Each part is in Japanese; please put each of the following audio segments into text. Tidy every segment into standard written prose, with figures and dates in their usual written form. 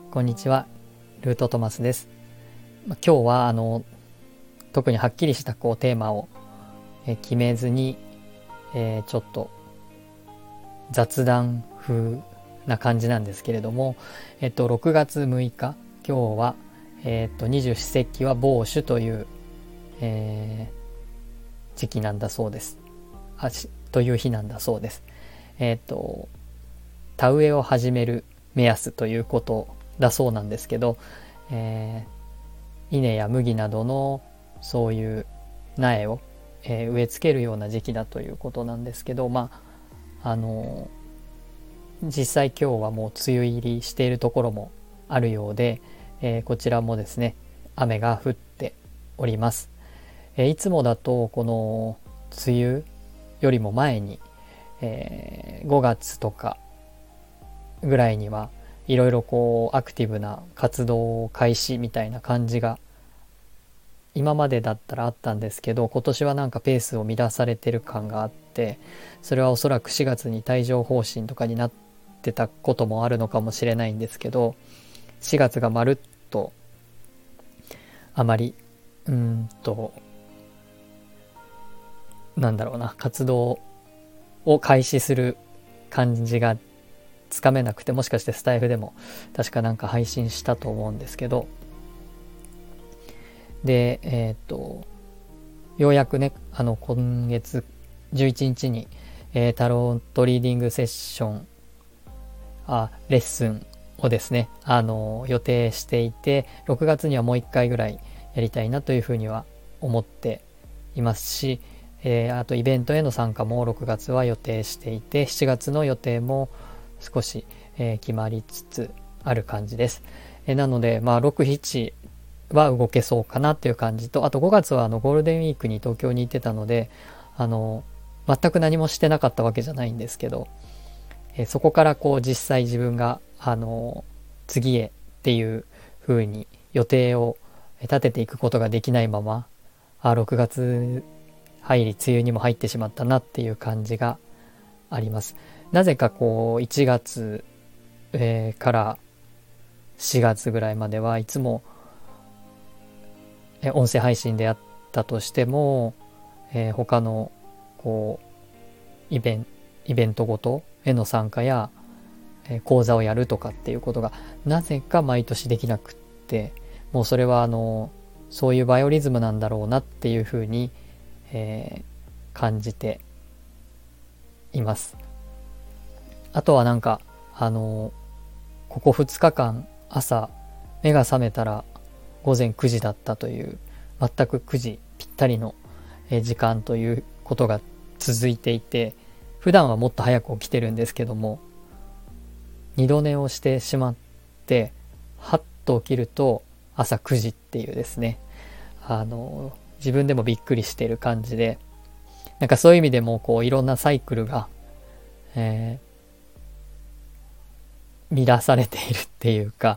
こんにちは、ルートトマスです。今日は特にはっきりしたテーマを決めずに、ちょっと雑談風な感じなんですけれども、6月6日、今日は、二十四節気は某種という、時期なんだそうです。という日なんだそうです。田植えを始める目安ということだそうなんですけど、稲や麦などのそういう苗を、植え付けるような時期だということなんですけど、実際今日はもう梅雨入りしているところもあるようで、こちらもですね雨が降っております。いつもだとこの梅雨よりも前に、5月とかぐらいにはいろいろアクティブな活動開始みたいな感じが今までだったらあったんですけど、今年はなんかペースを乱されてる感があって、それはおそらく4月に帯状疱疹とかになってたこともあるのかもしれないんですけど、4月がまるっとあまりなんだろうな、活動を開始する感じがつかめなくて、もしかしてスタイフでも確かなんか配信したと思うんですけど、でようやくね今月11日に、タロットリーディングセッションレッスンをですね予定していて、6月にはもう1回ぐらいやりたいなというふうには思っていますし、あとイベントへの参加も6月は予定していて、7月の予定も少し、決まりつつある感じです。なので6、7は動けそうかなっていう感じと、あと5月はゴールデンウィークに東京に行ってたので全く何もしてなかったわけじゃないんですけど、そこから実際自分が次へっていう風に予定を立てていくことができないまま6月入り梅雨にも入ってしまったなっていう感じがあります。なぜか1月、から4月ぐらいまではいつも音声配信であったとしても、他のイベントごとへの参加や、講座をやるとかっていうことがなぜか毎年できなくって、もうそれはそういうバイオリズムなんだろうなっていうふうに、感じています。あとはなんかここ2日間朝目が覚めたら午前9時だったという、全く9時ぴったりの時間ということが続いていて、普段はもっと早く起きてるんですけども、二度寝をしてしまってはっと起きると朝9時っていうですね、自分でもびっくりしてる感じで、なんかそういう意味でもいろんなサイクルが、乱されているっていうか、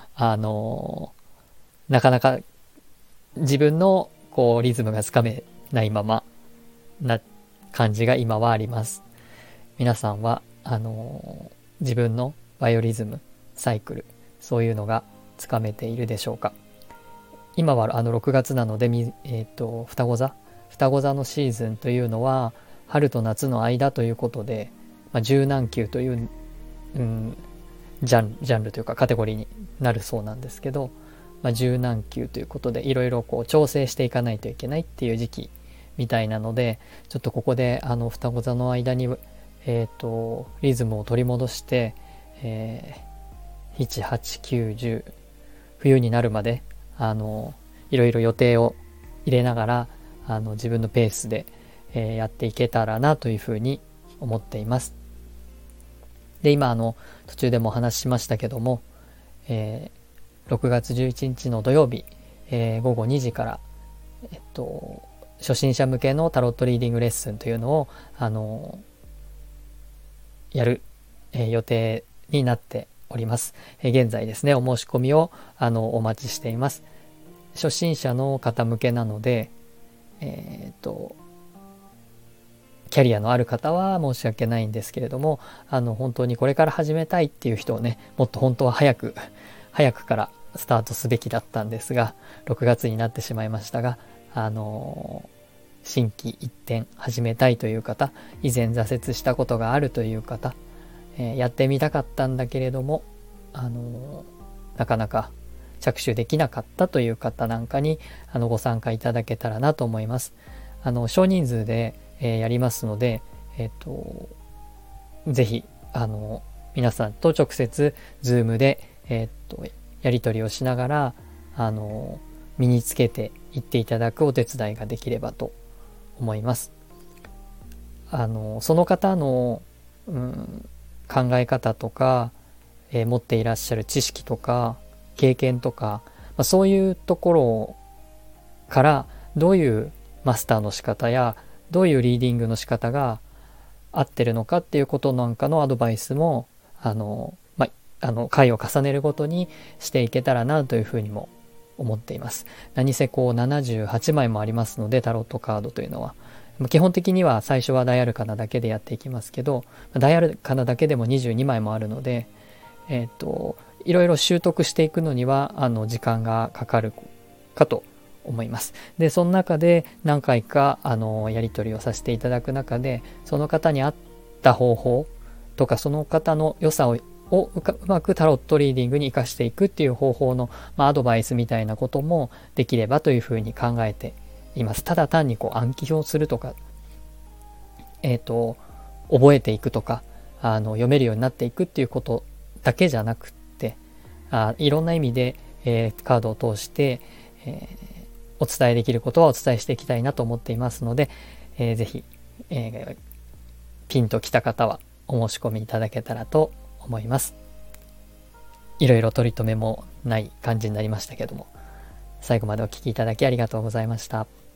なかなか自分のリズムがつかめないままな感じが今はあります。皆さんは自分のバイオリズム、サイクル、そういうのがつかめているでしょうか。今は6月なので、双子座のシーズンというのは春と夏の間ということで、柔軟球という、ジャンルというかカテゴリーになるそうなんですけど、柔軟球ということでいろいろ調整していかないといけないっていう時期みたいなので、ちょっとここで双子座の間にリズムを取り戻して、7、8、9、10冬になるまでいろいろ予定を入れながら自分のペースで、やっていけたらなというふうに思っています。で今途中でもお話ししましたけども、6月11日の土曜日、午後2時から、初心者向けのタロットリーディングレッスンというのをやる、予定になっております。現在ですねお申し込みをお待ちしています。初心者の方向けなので、キャリアのある方は申し訳ないんですけれども、本当にこれから始めたいっていう人をね、もっと本当は早く早くからスタートすべきだったんですが、6月になってしまいましたが、心機一転始めたいという方、以前挫折したことがあるという方、やってみたかったんだけれども、なかなか着手できなかったという方なんかにご参加いただけたらなと思います。少人数で、やりますので、ぜひ皆さんと直接 Zoom で、やり取りをしながら身につけていっていただくお手伝いができればと思います。その方の、考え方とか、持っていらっしゃる知識とか経験とか、そういうところからどういうマスターの仕方やどういうリーディングの仕方が合ってるのかっていうことなんかのアドバイスも回を重ねるごとにしていけたらなというふうにも思っています。何せ78枚もありますので、タロットカードというのは基本的には最初はダイアルカナだけでやっていきますけど、ダイアルカナだけでも22枚もあるので、いろいろ習得していくのには時間がかかるかと思います。でその中で何回かやり取りをさせていただく中で、その方に合った方法とか、その方の良さをうまくタロットリーディングに生かしていくっていう方法の、アドバイスみたいなこともできればというふうに考えています。ただ単に暗記をするとか、覚えていくとか読めるようになっていくっていうことだけじゃなくって、いろんな意味で、カードを通して、お伝えできることはお伝えしていきたいなと思っていますので、ぜひ、ピンときた方はお申し込みいただけたらと思います。いろいろ取り留めもない感じになりましたけども、最後までお聞きいただきありがとうございました。